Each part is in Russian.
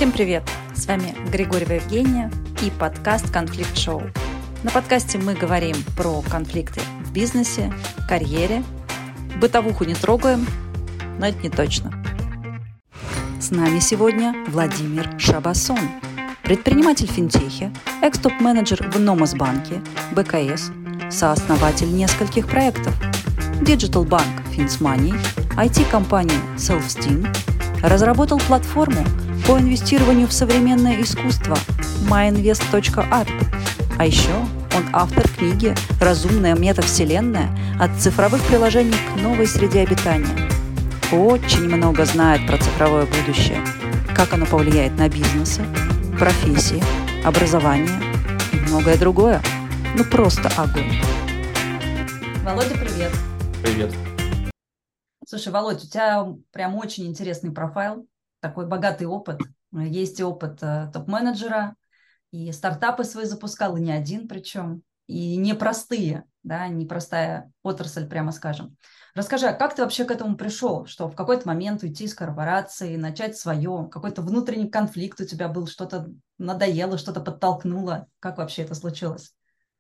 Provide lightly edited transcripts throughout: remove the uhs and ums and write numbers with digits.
Всем привет! С вами Григорьева Евгения и подкаст «Конфликт Шоу». На подкасте мы говорим про конфликты в бизнесе, карьере. Бытовуху не трогаем, но это не точно. С нами сегодня Владимир Шабасон, предприниматель финтехи, экс-топ-менеджер в Номосбанке, БКС, сооснователь нескольких проектов: Digital Bank FinSmoney, IT-компании Selfsteam, разработал платформу по инвестированию в современное искусство myinvest.art. А еще он автор книги «Разумная метавселенная. От цифровых приложений к новой среде обитания». Очень много знает про цифровое будущее, как оно повлияет на бизнесы, профессии, образование и многое другое. Ну просто огонь. Володя, привет. Привет. Слушай, Володь, у тебя прям очень интересный профайл, такой богатый опыт. Есть и опыт топ-менеджера, и стартапы свои запускал, и не один причем, и непростые, да, непростая отрасль, прямо скажем. Расскажи, а как ты вообще к этому пришел, что в какой-то момент уйти из корпорации, начать свое, какой-то внутренний конфликт у тебя был, что-то надоело, что-то подтолкнуло? Как вообще это случилось?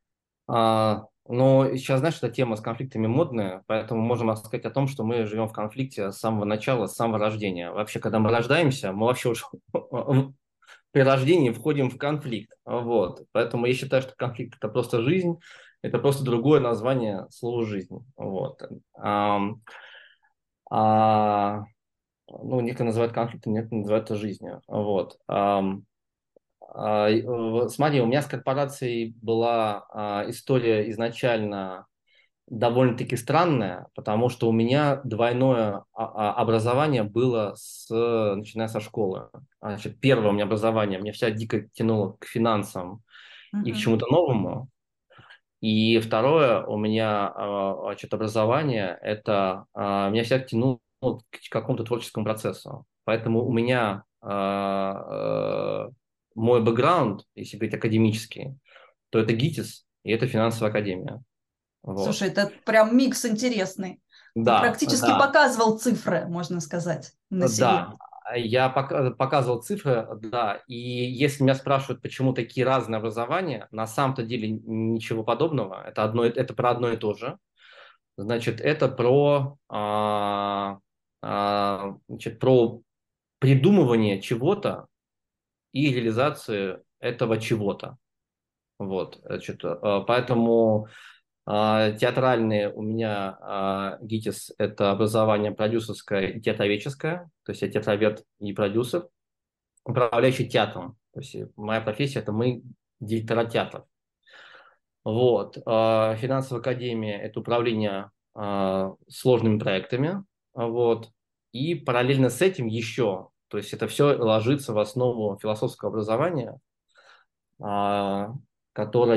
Но сейчас, знаешь, эта тема с конфликтами модная, поэтому можем сказать о том, что мы живем в конфликте с самого начала, с самого рождения. Вообще, когда мы рождаемся, мы вообще уже при рождении входим в конфликт. Вот. Поэтому я считаю, что конфликт – это просто жизнь, это просто другое название слова «жизнь». Вот. Некоторые называют конфликтом, некоторые называют это жизнью. Вот. Смотри, у меня с корпорацией была история изначально довольно-таки странная, потому что у меня двойное образование было, начиная со школы. Значит, первое у меня образование, меня вся дико тянуло к финансам и к чему-то новому. И второе у меня образование, это меня всегда тянуло к какому-то творческому процессу. Поэтому у меня мой бэкграунд, если говорить академический, то это ГИТИС и это финансовая академия. Вот. Слушай, это прям микс интересный. Ты Да, практически да, показывал цифры, можно сказать, на себе. да. Я показывал цифры, да. И если меня спрашивают, почему такие разные образования, на самом-то деле ничего подобного. Это про одно и то же. Значит, это про придумывание чего-то и реализацию этого чего-то. Вот, значит, поэтому театральные у меня ГИТИС – это образование продюсерское и театроведческое, то есть я театровед и продюсер, управляющий театром. То есть моя профессия – это мы директора театров. Вот. Финансовая академия – это управление сложными проектами. Вот. И параллельно с этим еще, то есть это все ложится в основу философского образования, которое,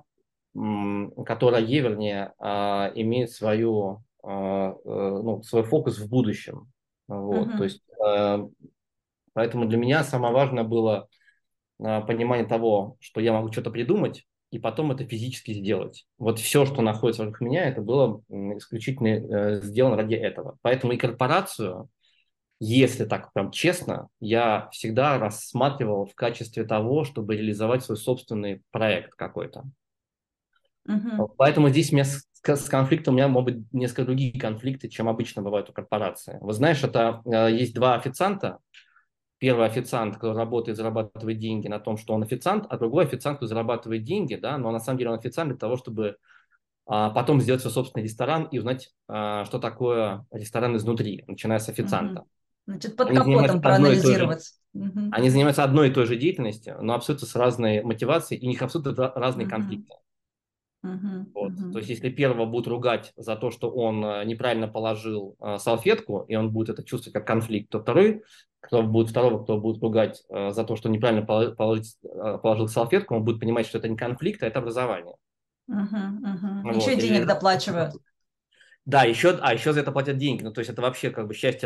вернее, имеет свой фокус в будущем. Вот. То есть, поэтому для меня самое важное было понимание того, что я могу что-то придумать, и потом это физически сделать. Вот все, что находится вокруг меня, это было исключительно сделано ради этого. Поэтому и корпорацию, если так прям честно, я всегда рассматривал в качестве того, чтобы реализовать свой собственный проект какой-то. Поэтому здесь у меня с конфликтом у меня могут быть несколько другие конфликты, чем обычно бывают у корпорации. Вы знаешь, это есть два официанта. Первый официант, который работает, зарабатывает деньги на том, что он официант, а другой официант, который зарабатывает деньги, да, но на самом деле он официант для того, чтобы потом сделать свой собственный ресторан и узнать, что такое ресторан изнутри, начиная с официанта. Значит, под Они занимаются капотом проанализировать. Они занимаются одной и той же деятельностью, но абсолютно с разной мотивацией, и у них абсолютно разные конфликты. Вот. То есть, если первого будут ругать за то, что он неправильно положил салфетку, и он будет это чувствовать как конфликт, то кто будет ругать за то, что неправильно положил салфетку, он будет понимать, что это не конфликт, а это образование. Вот. Еще денег доплачивают. Да, еще за это платят деньги. Ну, то есть это вообще как бы счастье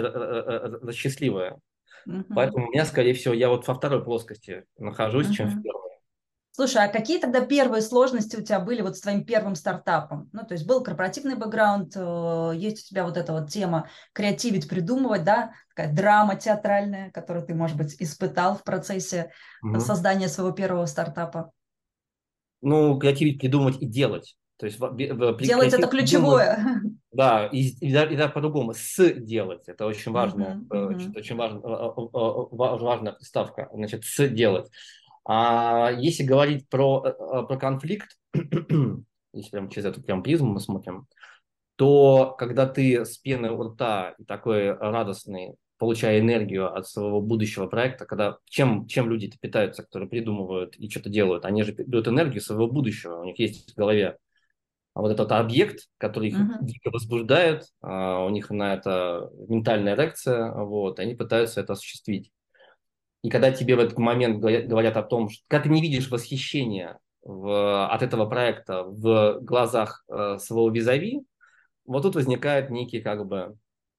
счастливое. Поэтому у меня, скорее всего, я вот во второй плоскости нахожусь, чем в первой. Слушай, а какие тогда первые сложности у тебя были вот с твоим первым стартапом? Ну, то есть был корпоративный бэкграунд, есть у тебя вот эта вот тема креативить, придумывать, да, такая драма театральная, которую ты, может быть, испытал в процессе Мгм. создания своего первого стартапа. Ну, креативить, придумывать и делать. То есть при Делать это креативе придумывать, ключевое. да, и по-другому, делать. Это очень важная, Мгм, мгм. очень важная приставка, значит, делать. А если говорить про конфликт, если прям через эту прям призму мы смотрим, то когда ты с пеной у рта и такой радостный, получая энергию от своего будущего проекта, когда чем люди питаются, которые придумывают и что-то делают, они же берут энергию своего будущего, у них есть в голове вот этот объект, который их Мгм. дико возбуждает, у них на это ментальная реакция, вот, они пытаются это осуществить. И когда тебе в этот момент говорят о том, что когда ты не видишь восхищения от этого проекта в глазах своего визави, вот тут возникает некий как бы,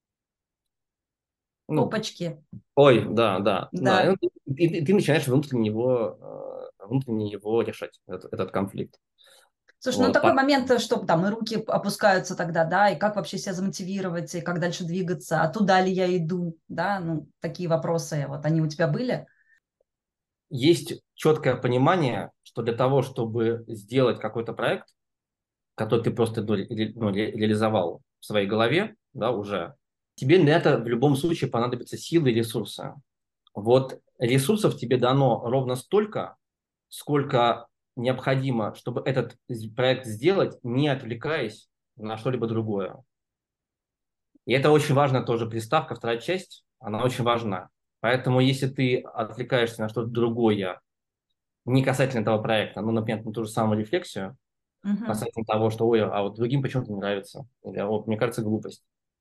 ну, Опачки, ой, да, да, да, да. и ты начинаешь внутренне его решать, этот конфликт. Слушай, ну Вот. такой момент, что там и руки опускаются тогда, да, и как вообще себя замотивировать, и как дальше двигаться, а туда ли я иду, да, ну такие вопросы, вот они у тебя были? Есть четкое понимание, что для того, чтобы сделать какой-то проект, который ты просто реализовал в своей голове, да, уже, тебе на это в любом случае понадобятся силы и ресурсы. Вот ресурсов тебе дано ровно столько, сколько необходимо, чтобы этот проект сделать, не отвлекаясь на что-либо другое. И это очень важная тоже приставка, вторая часть, она очень важна. Поэтому если ты отвлекаешься на что-то другое, не касательно этого проекта, ну, например, на ту же самую рефлексию, Мгм. касательно того, что, ой, а вот другим почему-то не нравится, или вот, мне кажется, глупость,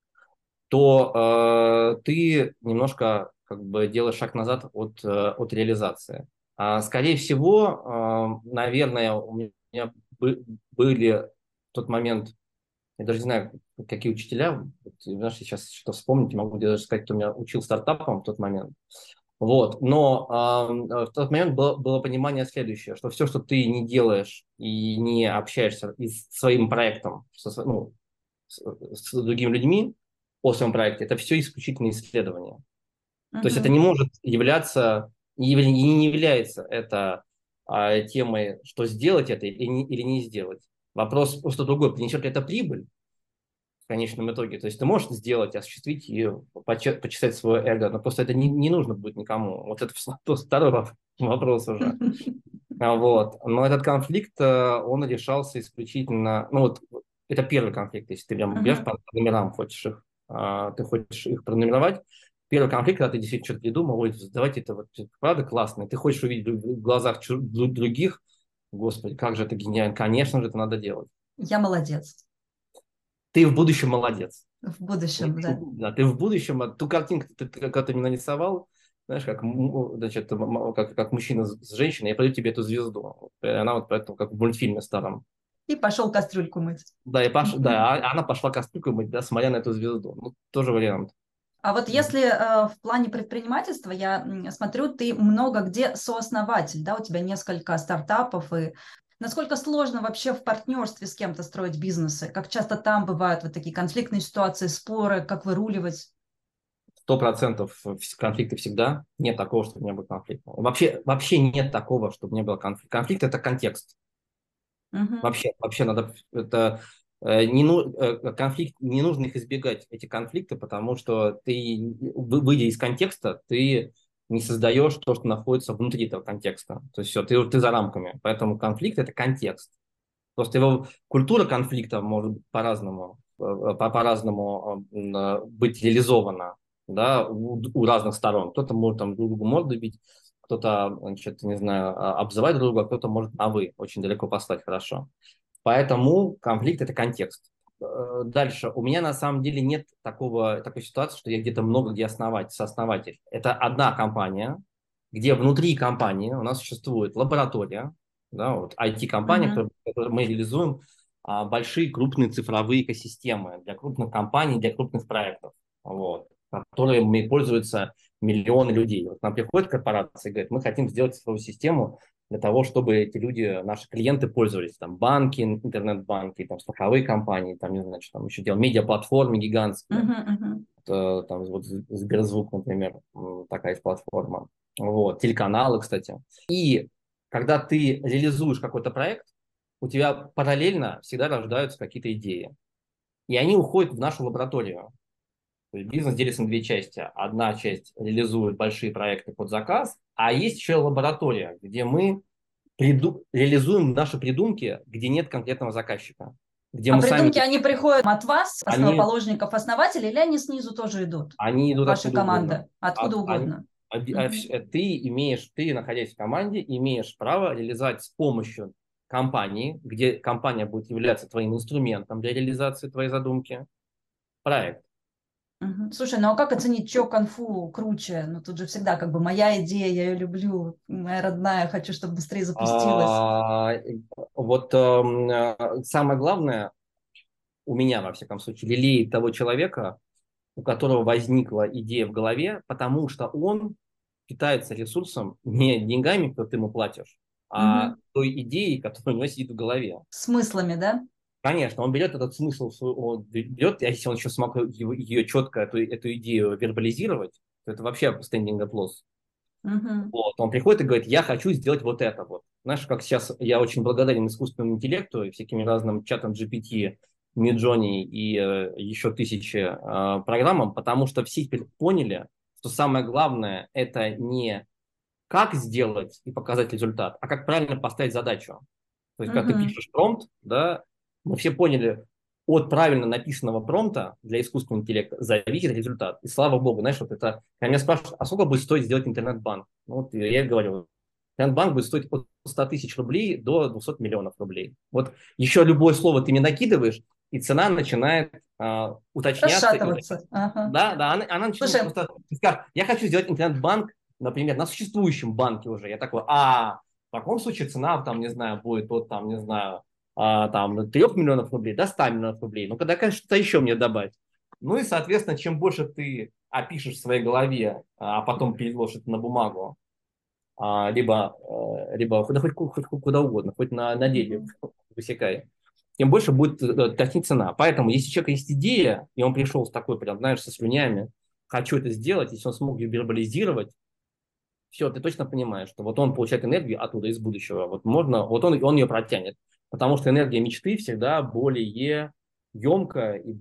то ты немножко как бы делаешь шаг назад от реализации. Скорее всего, наверное, у меня были в тот момент, я даже не знаю, какие учителя, вот, знаешь, сейчас что вспомнить, не могу даже сказать, кто меня учил стартапам в тот момент. Вот. Но в тот момент было понимание следующее, что все, что ты не делаешь и не общаешься и с своим проектом, с другими людьми о своем проекте, это все исключительно исследование. То есть это Мгм. не может являться, не является это темой, что сделать это или не сделать. Вопрос просто другой, принесет ли это прибыль в конечном итоге. То есть ты можешь сделать, осуществить и почесать свое эго, но просто это не нужно будет никому. Вот это второй вопрос уже. Вот. Но этот конфликт, он решался исключительно, ну вот это первый конфликт, если ты прям берешь Мгм. по номерам, ты хочешь их пронумеровать. Первый конфликт, когда ты действительно что-то придумал, ой, давайте это вот правда классно, и ты хочешь увидеть в глазах других, господи, как же это гениально, конечно же, это надо делать. Я молодец. Ты в будущем молодец. В будущем, да. Да, ты в будущем, ту картинку, когда ты мне нарисовал, знаешь, значит, как мужчина с женщиной, я пойду тебе эту звезду. И она вот поэтому, как в мультфильме старом. И пошел кастрюльку мыть. Да, она пошла кастрюлькой мыть, да, смотря на эту звезду. Ну, тоже вариант. А вот если в плане предпринимательства, я смотрю, ты много где сооснователь, да, у тебя несколько стартапов, и насколько сложно вообще в партнерстве с кем-то строить бизнесы? Как часто там бывают вот такие конфликтные ситуации, споры, как выруливать? 100% конфликты всегда. Нет такого, чтобы не было конфликта. Вообще нет такого, чтобы не было конфликта. Конфликт – это контекст. Мгм. Вообще надо это конфликт, не нужно их избегать, эти конфликты, потому что ты, выйдя из контекста, ты не создаешь то, что находится внутри этого контекста. То есть все, ты за рамками. Поэтому конфликт – это контекст. Просто его культура конфликта может быть по-разному быть реализована, да, у разных сторон. Кто-то может там друг другу морду бить, кто-то, значит, не знаю, обзывать друг друга, а кто-то может на «вы» очень далеко послать хорошо. Поэтому конфликт – это контекст. Дальше. У меня на самом деле нет такой ситуации, что я где-то много где сооснователь. Это одна компания, где внутри компании у нас существует лаборатория, да, вот IT-компания, Мгм. которую мы реализуем большие крупные цифровые экосистемы для крупных компаний, для крупных проектов, вот, которыми пользуются миллионы людей. Вот к нам приходит корпорация и говорит, мы хотим сделать цифровую систему для того, чтобы эти люди, наши клиенты, пользовались. Там банки, интернет-банки, там страховые компании, там, не знаю, что там еще делал, медиаплатформы гигантские. Там вот Сберзвук, например, такая есть платформа. Вот, телеканалы, кстати. И когда ты реализуешь какой-то проект, у тебя параллельно всегда рождаются какие-то идеи. И они уходят в нашу лабораторию. То есть бизнес делится на две части. Одна часть реализует большие проекты под заказ, а есть еще лаборатория, где мы реализуем наши придумки, где нет конкретного заказчика. Где А мы сами... придумки, они приходят от вас, Они, основоположников, основателей, или они снизу тоже идут? они идут Ваша откуда угодно. команда? Откуда угодно? Ты, находясь в команде, имеешь право реализовать с помощью компании, где компания будет являться твоим инструментом для реализации твоей задумки, проект. Слушай, ну а как оценить, что конфу круче? Ну тут же всегда как бы моя идея, я ее люблю, моя родная, хочу, чтобы быстрее запустилась. Вот самое главное у меня, во всяком случае, лелеять того человека, у которого возникла идея в голове, потому что он питается ресурсом не деньгами, которые ты ему платишь, а Мгм. той идеей, которая у него сидит в голове. Смыслами, да? Конечно, он берет этот смысл, он берет, а если он еще смог ее четко, эту идею вербализировать, то это вообще standing applause. Мгм. Вот, он приходит и говорит, я хочу сделать вот это вот. Знаешь, как сейчас я очень благодарен искусственному интеллекту и всяким разным чатам GPT, Midjourney и еще тысячи программам, потому что все теперь поняли, что самое главное это не как сделать и показать результат, а как правильно поставить задачу. То есть, когда ты Мгм. пишешь промпт, да, мы все поняли, от правильно написанного промпта для искусственного интеллекта зависит результат. И слава богу, знаешь, вот это, когда меня спрашивают, а сколько будет стоить сделать интернет-банк? Ну, вот я и говорю, интернет-банк будет стоить от 100 тысяч рублей до 200 миллионов рублей. Вот еще любое слово ты мне накидываешь, и цена начинает уточняться. Расшатываться. Ага. Да, да, она начинает Слушай, просто, ты скажешь, я хочу сделать интернет-банк, например, на существующем банке уже. Я такой, в таком случае цена, там, не знаю, будет от, там, не знаю, там, 3 миллионов рублей до 100 миллионов рублей. Ну, когда, конечно, что-то еще мне добавить. Ну и, соответственно, чем больше ты опишешь в своей голове, а потом переложишь это на бумагу, либо да хоть куда угодно, хоть на дереве мгм. высекай, тем больше будет расти цена. Поэтому, если у человека есть идея, и он пришел с такой, прям, знаешь, со слюнями, хочу это сделать, если он смог ее вербализировать, все, ты точно понимаешь, что вот он получает энергию оттуда, из будущего. Вот можно, вот он ее протянет. Потому что энергия мечты всегда более емкая и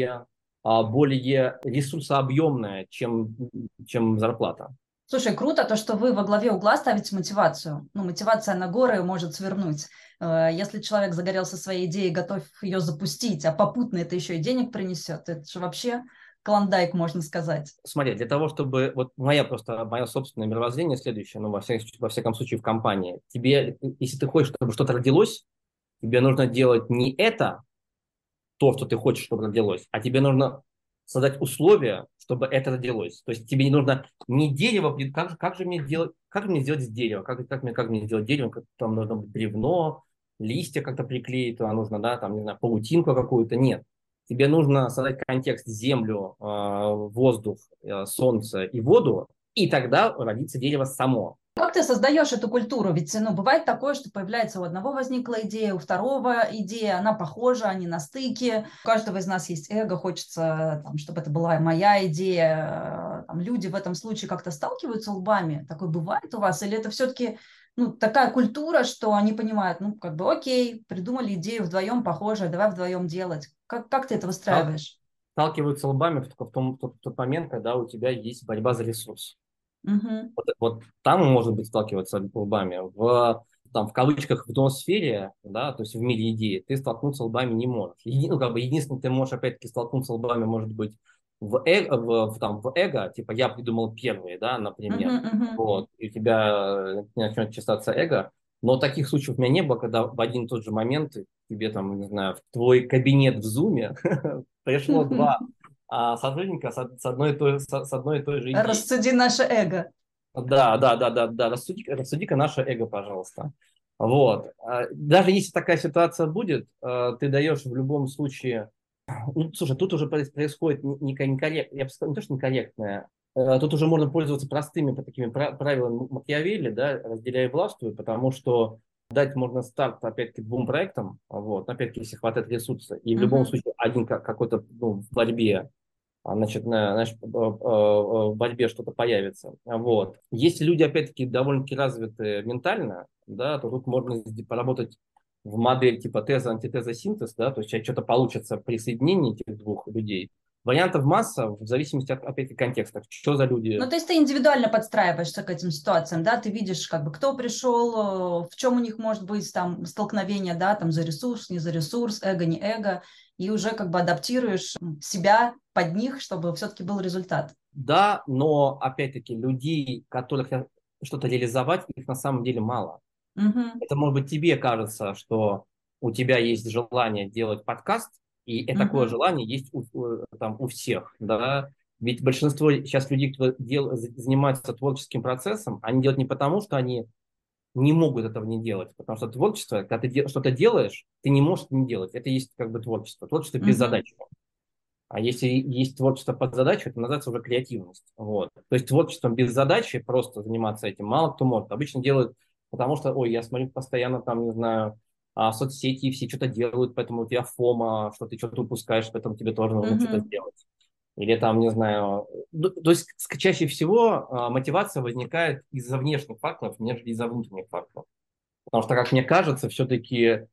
более ресурсообъемная, чем зарплата. Слушай, круто то, что вы во главе угла ставите мотивацию. Ну, мотивация на горы может свернуть. Если человек загорелся своей идеей, готов ее запустить, а попутно это еще и денег принесет, это же вообще клондайк, можно сказать. Смотри, для того, чтобы... Вот мое собственное мировоззрение следующее, ну, во всяком случае, в компании. Тебе, если ты хочешь, чтобы что-то родилось, тебе нужно делать не это, то, что ты хочешь, чтобы родилось, а тебе нужно создать условия, чтобы это родилось. То есть тебе не нужно не дерево, как же мне делать, как мне сделать из дерева, как мне сделать дерево, там нужно быть бревно, листья как-то приклеить, туда нужно, да, там, не знаю, паутинку какую-то, нет. Тебе нужно создать контекст землю, воздух, солнце и воду, и тогда родится дерево само. Как ты создаешь эту культуру? Ведь ну, бывает такое, что появляется у одного возникла идея, у второго идея, она похожа, они на стыке. У каждого из нас есть эго, хочется, там, чтобы это была моя идея. Там, люди в этом случае как-то сталкиваются лбами. Такое бывает у вас? Или это все-таки ну, такая культура, что они понимают, ну, как бы, окей, придумали идею вдвоем похожая, давай вдвоем делать. Как ты это выстраиваешь? Сталкиваются лбами только в тот момент, когда у тебя есть борьба за ресурс. Угу. Вот там может быть сталкиваться лбами. В кавычках в ноосфере, да, то есть в мире идеи, ты столкнуться лбами не можешь. Единственное, ты можешь опять-таки столкнуться лбами, может быть, в эго, типа я придумал первый, да, Угу, например, угу. вот, и у тебя начнет чесаться эго. Но таких случаев у меня не было, когда в один и тот же момент тебе там, не знаю, в твой кабинет в Зуме пришло два сотрудника с одной и той же идеей. Расцеди наше эго. Да, да, да, да, да. Рассуди-ка наше эго, пожалуйста. Вот. Даже если такая ситуация будет, ты даешь в любом случае... Ну, слушай, тут уже происходит некорректное, я бы сказал, не то, что некорректное. Тут уже можно пользоваться простыми такими правилами Макиавелли, да, разделяя и властвуй, потому что дать можно старт, опять-таки, двум проектам, вот, опять-таки, если хватает ресурса, и в любом Мгм. случае один какой-то, ну, в борьбе, значит, знаешь, в борьбе что-то появится. Вот. Если люди, опять-таки, довольно-таки развиты ментально, да, то тут можно поработать в модель типа теза, антитеза, синтез, да, то есть что-то получится при соединении этих двух людей. Вариантов масса, в зависимости от, опять-таки, контекста. Что за Ну, люди? то есть ты индивидуально подстраиваешься к этим ситуациям, да, ты видишь, как бы, кто пришел, в чем у них может быть там столкновение, да, там за ресурс, не за ресурс, эго, не эго, и уже как бы адаптируешь себя под них, чтобы все-таки был результат. Да, но, опять-таки, людей, которых что-то реализовать, их на самом деле мало. Мгм. Это, может быть, тебе кажется, что у тебя есть желание делать подкаст, и такое Мгм. желание есть там, у всех, да. Ведь большинство сейчас людей, кто занимается творческим процессом, они делают не потому, что они не могут этого не делать, потому что творчество, когда ты что-то делаешь, ты не можешь это не делать. Это есть как бы творчество. Творчество без Мгм. задачи. А если есть творчество под задачу, это называется уже креативность. Вот. То есть творчеством без задачи просто заниматься этим мало кто может. Обычно делают, потому что, ой, я смотрю постоянно там, не знаю, соцсети, и все что-то делают, поэтому у тебя фома, что ты что-то упускаешь, поэтому тебе тоже нужно что-то Мгм. сделать. Или там, не знаю, то есть чаще всего мотивация возникает из-за внешних факторов, нежели из-за внутренних факторов. Потому что, как мне кажется, все-таки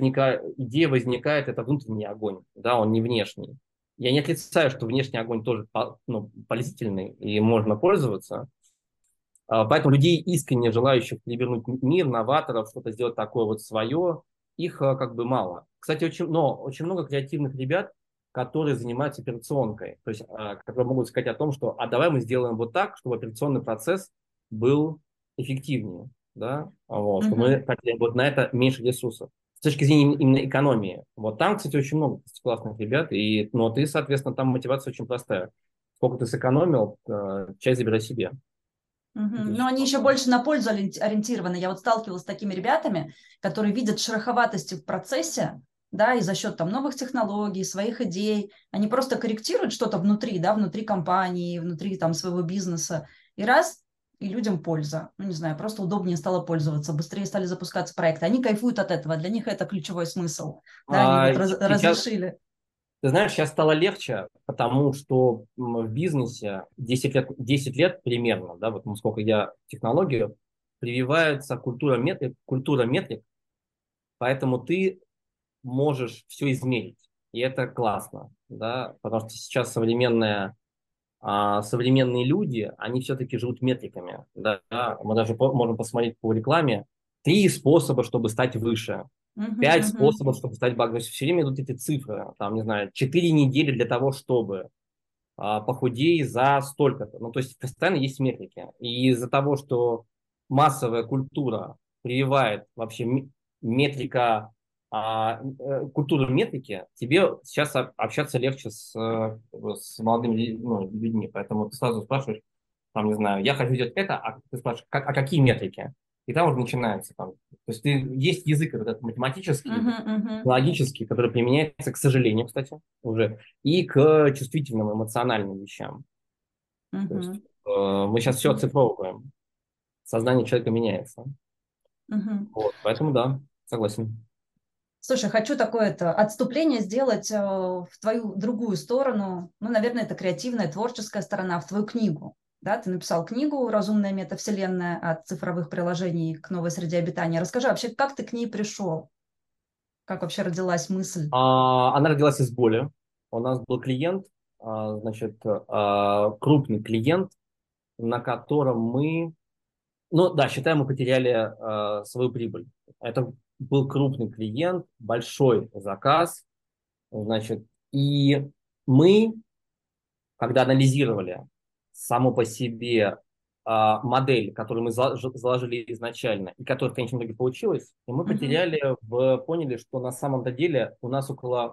идея возникает, это внутренний огонь, да, он не внешний. Я не отрицаю, что внешний огонь тоже ну, полезительный и можно пользоваться. Поэтому людей, искренне желающих перевернуть мир, новаторов, что-то сделать такое вот свое, их как бы мало. Кстати, очень много креативных ребят, которые занимаются операционкой. То есть, которые могут сказать о том, что давай мы сделаем вот так, чтобы операционный процесс был эффективнее. Да? Вот, что мы Мгм. тратили вот на это меньше ресурсов. С точки зрения именно экономии. Вот там, кстати, очень много классных ребят, но ты, соответственно, там мотивация очень простая. Сколько ты сэкономил, часть забирай себе. Мгм. Это Но они всё. еще больше на пользу ориентированы. Я вот сталкивалась с такими ребятами, которые видят шероховатости в процессе, да, и за счет там новых технологий, своих идей, они просто корректируют что-то внутри, да, внутри компании, внутри там своего бизнеса, и раз, и людям польза. Ну, не знаю, просто удобнее стало пользоваться, быстрее стали запускаться проекты. Они кайфуют от этого, для них это ключевой смысл. Да, они вот Сейчас, разрешили. ты знаешь, сейчас стало легче, потому что в бизнесе 10 лет примерно, да, вот сколько я технологию, прививается культура метрик, поэтому ты можешь все измерить. И это классно, да, потому что сейчас современные люди, они все-таки живут метриками, да, мы даже можем посмотреть по рекламе, 3 способа, чтобы стать выше. Мгм, 5 способов, мгм, чтобы стать богатым. То есть все время идут эти цифры. Там, не знаю, 4 недели для того, чтобы похудей за столько-то. Ну, то есть постоянно есть метрики. И из-за того, что массовая культура прививает вообще культуру метрики, тебе сейчас общаться легче с молодыми людьми. Поэтому ты сразу спрашиваешь, там, не знаю, я хочу делать это, а ты спрашиваешь, какие метрики? И там уже начинается там. То есть есть язык этот математический, мгм, мгм, логический, который применяется, к сожалению, кстати, уже, и к чувствительным эмоциональным вещам. То есть мгм, мы сейчас все оцифровываем, сознание человека меняется. мгм. Вот, поэтому да, согласен. Слушай, хочу такое-то отступление сделать в твою другую сторону. Ну, наверное, это креативная, творческая сторона, в твою книгу. Да, ты написал книгу «Разумная метавселенная. От цифровых приложений к новой среде обитания». Расскажи вообще, как ты к ней пришел? Как вообще родилась мысль? Она родилась из боли. У нас был клиент, значит, крупный клиент, на котором ну да, считаем, мы потеряли свою прибыль. Это был крупный клиент, большой заказ, значит, и мы, когда анализировали саму по себе модель, которую мы заложили изначально, и которая в конечном итоге получилась, и мы Мгм. поняли, что на самом-то деле у нас около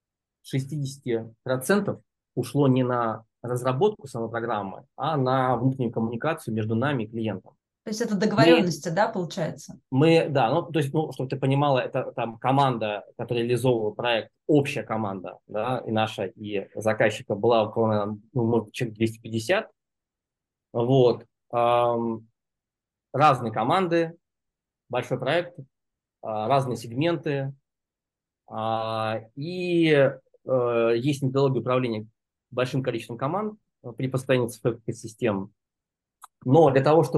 60% ушло не на разработку самой программы, а на внутреннюю коммуникацию между нами и клиентом. То есть это Мы договоренности, да, получается? Да, ну, то есть, ну, чтобы ты понимала, это там команда, которая реализовывала проект, общая команда, да, и наша, и заказчика была около, ну, может быть, человек 250, Вот. Разные команды, большой проект, разные сегменты. И есть методология управления большим количеством команд при построении цифровых систем. Но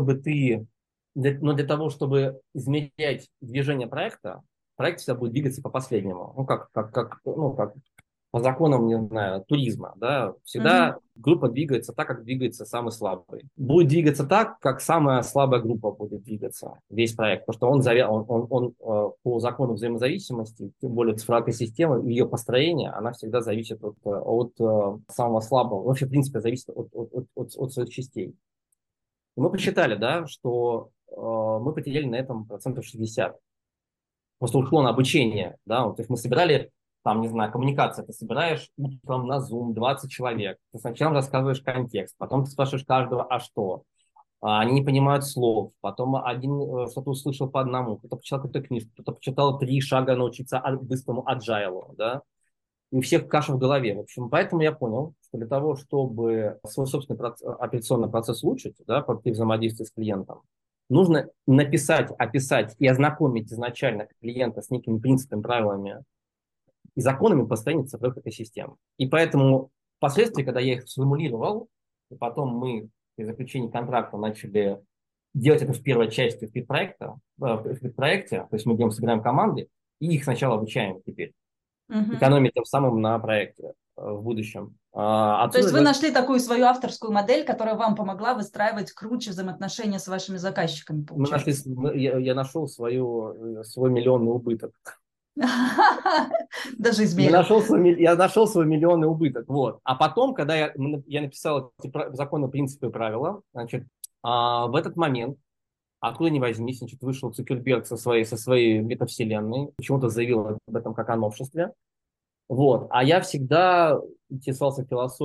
для того, чтобы измерять движение проекта, проект всегда будет двигаться по последнему. Ну, как по законам, не знаю, туризма, да, всегда группа двигается так, как двигается самый слабый. Будет двигаться так, как самая слабая группа будет двигаться, весь проект, потому что он по закону взаимозависимости, тем более цифровая система, ее построение, она всегда зависит от самого слабого, вообще, в принципе, зависит от своих частей. И мы посчитали, да, что мы потеряли на этом процентов 60. Просто ушло на обучение, да, то есть мы собирали, там, не знаю, коммуникация, ты собираешь утром на Zoom 20 человек, ты сначала рассказываешь контекст, потом ты спрашиваешь каждого, а что, они не понимают слов, потом один что-то услышал по одному, кто-то почитал какую-то книжку, кто-то почитал 3 шага научиться быстрому аджайлу, да, и у всех каша в голове. В общем, поэтому я понял, что для того, чтобы свой собственный операционный процесс улучшить, да, при взаимодействии с клиентом, нужно написать, описать и ознакомить изначально клиента с некими принципами, правилами и законами построения цифровых экосистем. И поэтому впоследствии, когда я их сформулировал, и потом мы при заключении контракта начали делать это в первой части в предпроекте, то есть мы делаем, собираем команды, и их сначала обучаем теперь экономить тем самым на проекте в будущем. То есть вы нашли такую свою авторскую модель, которая вам помогла выстраивать круче взаимоотношения с вашими заказчиками, получается? Я нашел свой миллионный убыток. Даже измерил. Я нашел свой миллионный убыток. Вот. А потом, когда я написал эти законы, принципы и правила, значит, в этот момент, откуда ни возьмись, значит, вышел Цукерберг со своей метавселенной, почему-то заявил об этом как о новшестве. Вот. А я всегда интересовался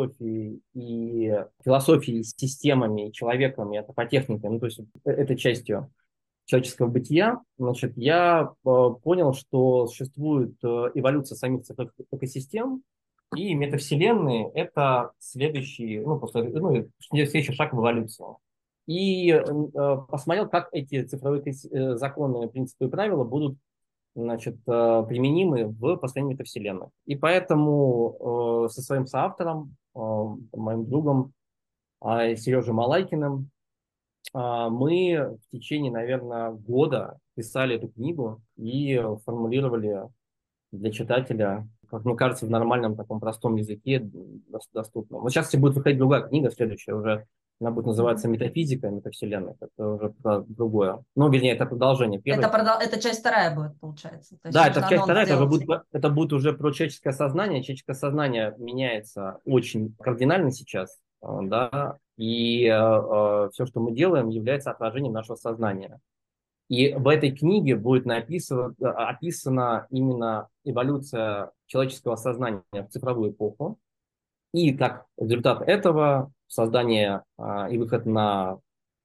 философией, системами, человеком, это по технике, ну, то есть этой частью человеческого бытия. Значит, я понял, что существует эволюция самих цифровых экосистем, и метавселенные – это следующий шаг в эволюцию. И посмотрел, как эти цифровые законы, принципы и правила будут, значит, применимы в построении метавселенных. И поэтому со своим соавтором, моим другом Сережей Малайкиным, мы в течение, наверное, года писали эту книгу и формулировали для читателя, как мне кажется, в нормальном таком простом языке доступном. Вот сейчас будет выходить другая книга, следующая уже. Она будет называться «Метафизика метавселенных». Это уже про другое. Ну, вернее, это продолжение первой. Это часть вторая будет, получается. То есть да, это часть вторая. Это будет уже про человеческое сознание. Человеческое сознание меняется очень кардинально сейчас. Да, и все, что мы делаем, является отражением нашего сознания. И в этой книге будет описана именно эволюция человеческого сознания в цифровую эпоху. И как результат этого создание и выход на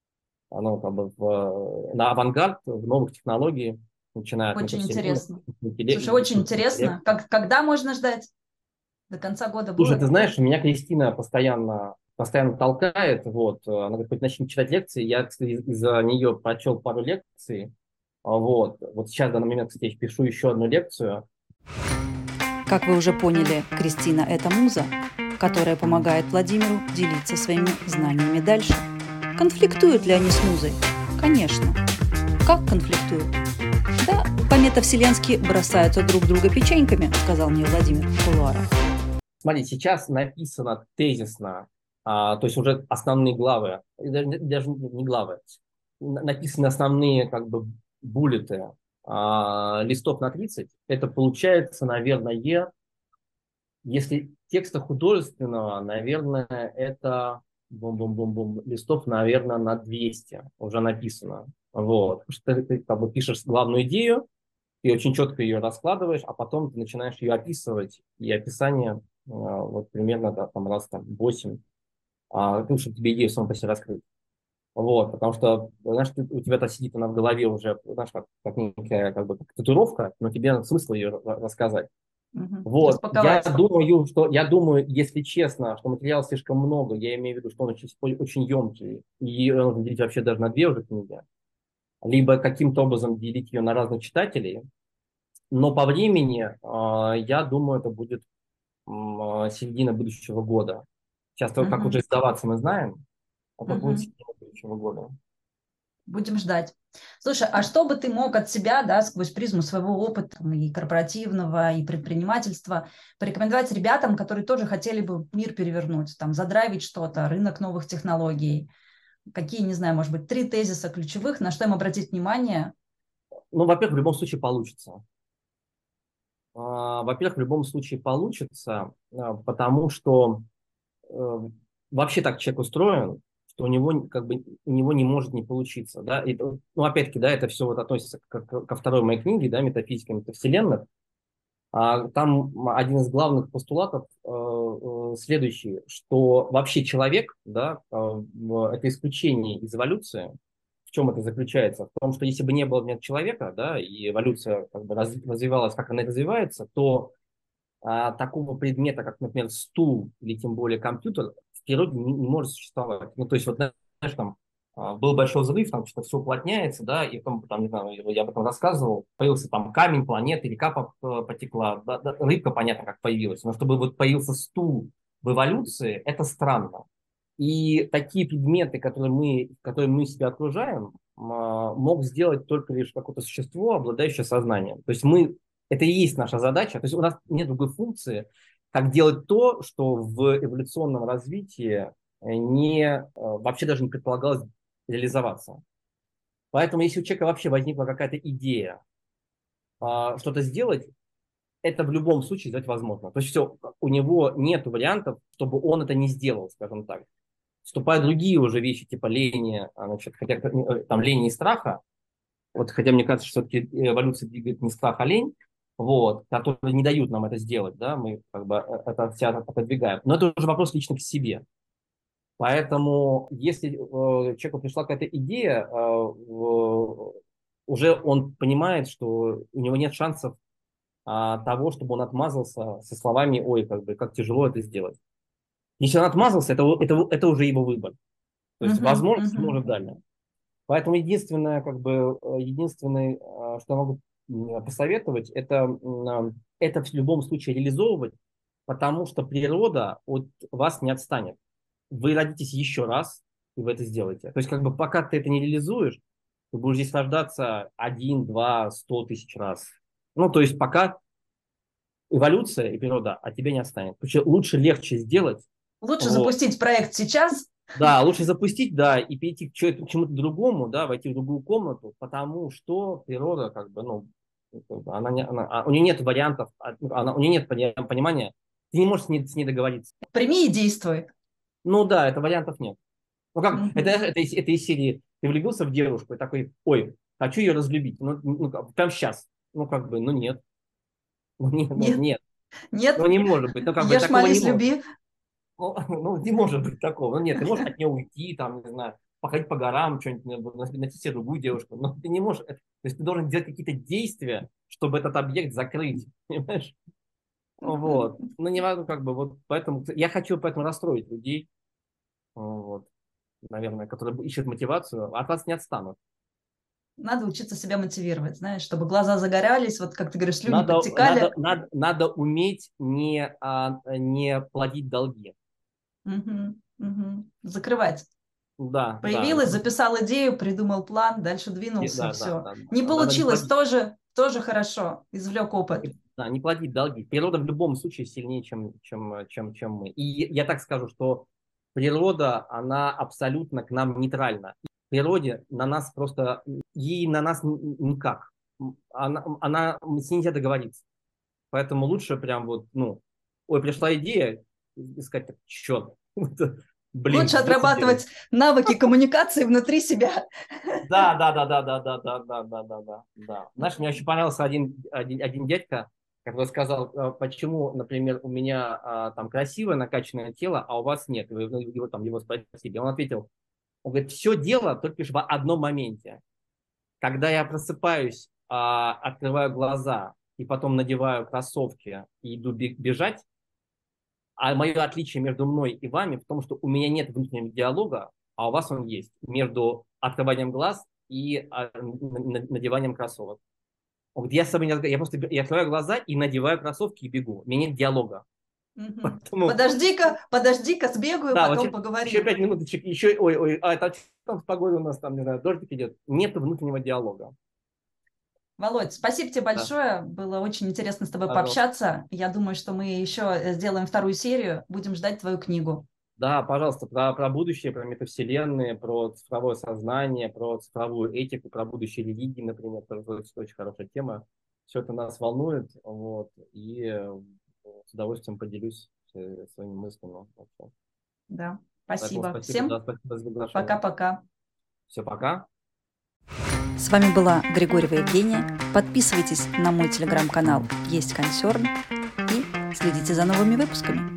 авангард, в новых технологий, начиная от Очень интересно. Слушай, очень интересно. Когда можно ждать? До конца года будет? Слушай, ты знаешь, меня Кристина постоянно толкает. Вот. Она говорит, хоть начни читать лекции. Я, кстати, из-за нее прочел пару лекций. Вот сейчас, в данный момент, кстати, я пишу еще одну лекцию. Как вы уже поняли, Кристина – это муза, которая помогает Владимиру делиться своими знаниями дальше. Конфликтуют ли они с музой? Конечно. Как конфликтуют? Да, по-метавселенски бросаются друг друга печеньками, сказал мне Владимир в кулуарах. Смотри, сейчас написано тезисно, то есть уже основные главы, даже не главы, написаны основные как бы буллеты листов на 30. Это получается, наверное, если текста художественного, наверное, это листов, наверное, на 200 уже написано. Вот. Потому что ты как бы пишешь главную идею, ты очень четко ее раскладываешь, а потом ты начинаешь ее описывать, и описание вот примерно там раз 8, чтобы тебе идею саму по себе раскрыть. Вот, потому что, знаешь, у тебя-то сидит она в голове уже, знаешь, как некая как бы как татуировка, но тебе смысл ее рассказать. Вот, Распаковать. я думаю, если честно, что материала слишком много, я имею в виду, что он очень емкий, и он можно делить вообще даже на две уже книги, либо каким-то образом делить ее на разных читателей, но по времени, я думаю, это будет середина будущего года. Сейчас, как уже издаваться мы знаем, это будет середина будущего года. Будем ждать. Слушай, а что бы ты мог от себя, да, сквозь призму своего опыта и корпоративного, и предпринимательства порекомендовать ребятам, которые тоже хотели бы мир перевернуть, там, задрайвить что-то, рынок новых технологий? Какие, не знаю, может быть, 3 тезиса ключевых, на что им обратить внимание? Ну, во-первых, в любом случае получится. Во-первых, в любом случае получится, потому что вообще так человек устроен, что у него как бы у него не может не получиться, да. И, ну, опять-таки, да, это все вот относится ко второй моей книге, да, «Метафизика метавселенных». Там один из главных постулатов следующий, что вообще человек, да, это исключение из эволюции. В чем это заключается? В том, что если бы не было нет человека, да, и эволюция как бы развивалась, как она развивается, то такого предмета, как, например, стул или тем более компьютер, в природе не может существовать. Ну, то есть, вот, знаешь, там был большой взрыв, там что-то все уплотняется, да, и потом, там, не знаю, я об этом рассказывал, появился там камень, планета, река потекла, да, рыбка, понятно, как появилась, но чтобы вот появился стул в эволюции, это странно. И такие предметы, которыми мы себя окружаем, мог сделать только лишь какое-то существо, обладающее сознанием. То есть это и есть наша задача. То есть у нас нет другой функции, как делать то, что в эволюционном развитии вообще даже не предполагалось реализоваться. Поэтому если у человека вообще возникла какая-то идея что-то сделать, это в любом случае сделать возможно. То есть все, у него нет вариантов, чтобы он это не сделал, скажем так. Вступают другие уже вещи, типа лени, значит, хотя там лени и страха. Вот, хотя мне кажется, что все-таки эволюция двигает не страх, а лень, вот, которые не дают нам это сделать, да, мы как бы это от себя отодвигаем. Но это уже вопрос лично к себе. Поэтому, если человеку пришла какая-то идея, уже он понимает, что у него нет шансов того, чтобы он отмазался со словами, ой, как бы, как тяжело это сделать. Если он отмазался, это уже его выбор. То есть возможность может дальше. Поэтому единственное, что я могу посоветовать, это в любом случае реализовывать, потому что природа от вас не отстанет. Вы родитесь еще раз, и вы это сделаете. То есть как бы пока ты это не реализуешь, ты будешь здесь рождаться 1, 2, 100 тысяч раз. Ну, то есть пока эволюция и природа от тебя не отстанет. Потому что лучше, легче сделать. Лучше Вот. запустить проект сейчас. Да, лучше запустить, да, и перейти к чему-то другому, да, войти в другую комнату, потому что природа, как бы, ну, у нее нет вариантов, у нее нет понимания, ты не можешь с ней договориться. Прими и действуй. Ну да, это вариантов нет. Ну как, это из серии, ты влюбился в девушку и такой, ой, хочу ее разлюбить, прям сейчас. Ну как бы, ну нет. Нет, Нет, нет, ну не может быть, ну как бы ешь, такого не молись, может. люби. Ну, не может быть такого. Ну, нет, ты можешь от нее уйти, там, не знаю, походить по горам, что-нибудь, найти себе другую девушку. Но ты не можешь. То есть ты должен делать какие-то действия, чтобы этот объект закрыть. Понимаешь? Вот. Ну, не важно, как бы, вот поэтому я хочу поэтому расстроить людей, вот, наверное, которые ищут мотивацию, от вас не отстанут. Надо учиться себя мотивировать, знаешь, чтобы глаза загорались, вот как ты говоришь, слюни Надо, подтекали. надо уметь не платить долги. Закрывать. Да, да, Появилась, записал идею, придумал план, дальше двинулся, да, да, все. да, Не да, надо не получилось, платить. тоже хорошо, извлек опыт. Да, не платить долги. Природа в любом случае сильнее, чем мы. И я так скажу, что природа, она абсолютно к нам нейтральна. В природе на нас просто, ей на нас никак. С ней нельзя договориться. Поэтому лучше прям вот, ну, ой, пришла идея, искать, черт, блин, Лучше что ты делаешь? отрабатывать навыки коммуникации внутри себя. Да, да, да, да, да, да, да, да, да, да, да, да. Знаешь, мне очень понравился один дядька, который сказал, почему, например, у меня там красивое накачанное тело, а у вас нет. Его спросили. Он ответил, он говорит, все дело только лишь в одном моменте. Когда я просыпаюсь, открываю глаза и потом надеваю кроссовки и иду бежать, а мое отличие между мной и вами в том, что у меня нет внутреннего диалога, а у вас он есть, между открыванием глаз и надеванием кроссовок. Вот я с собой не разговариваю, я открываю глаза и надеваю кроссовки и бегу. У меня нет диалога. Поэтому... Подожди-ка, сбегаю, да, потом вот поговорим. Еще 5 минуточек, там погода у нас, там, не знаю, дождик идет. Нет внутреннего диалога. Володь, спасибо тебе большое. Да. Было очень интересно с тобой пообщаться. Я думаю, что мы еще сделаем вторую серию. Будем ждать твою книгу. Да, пожалуйста, про будущее, про метавселенные, про цифровое сознание, про цифровую этику, про будущее религии, например. Это очень хорошая тема. Все это нас волнует. Вот, и с удовольствием поделюсь своими мыслями. Да, спасибо. Спасибо. Всем да, спасибо за приглашение. Пока-пока. Все, пока. С вами была Григорьева Евгения. Подписывайтесь на мой телеграм-канал «Есть консерн» и следите за новыми выпусками.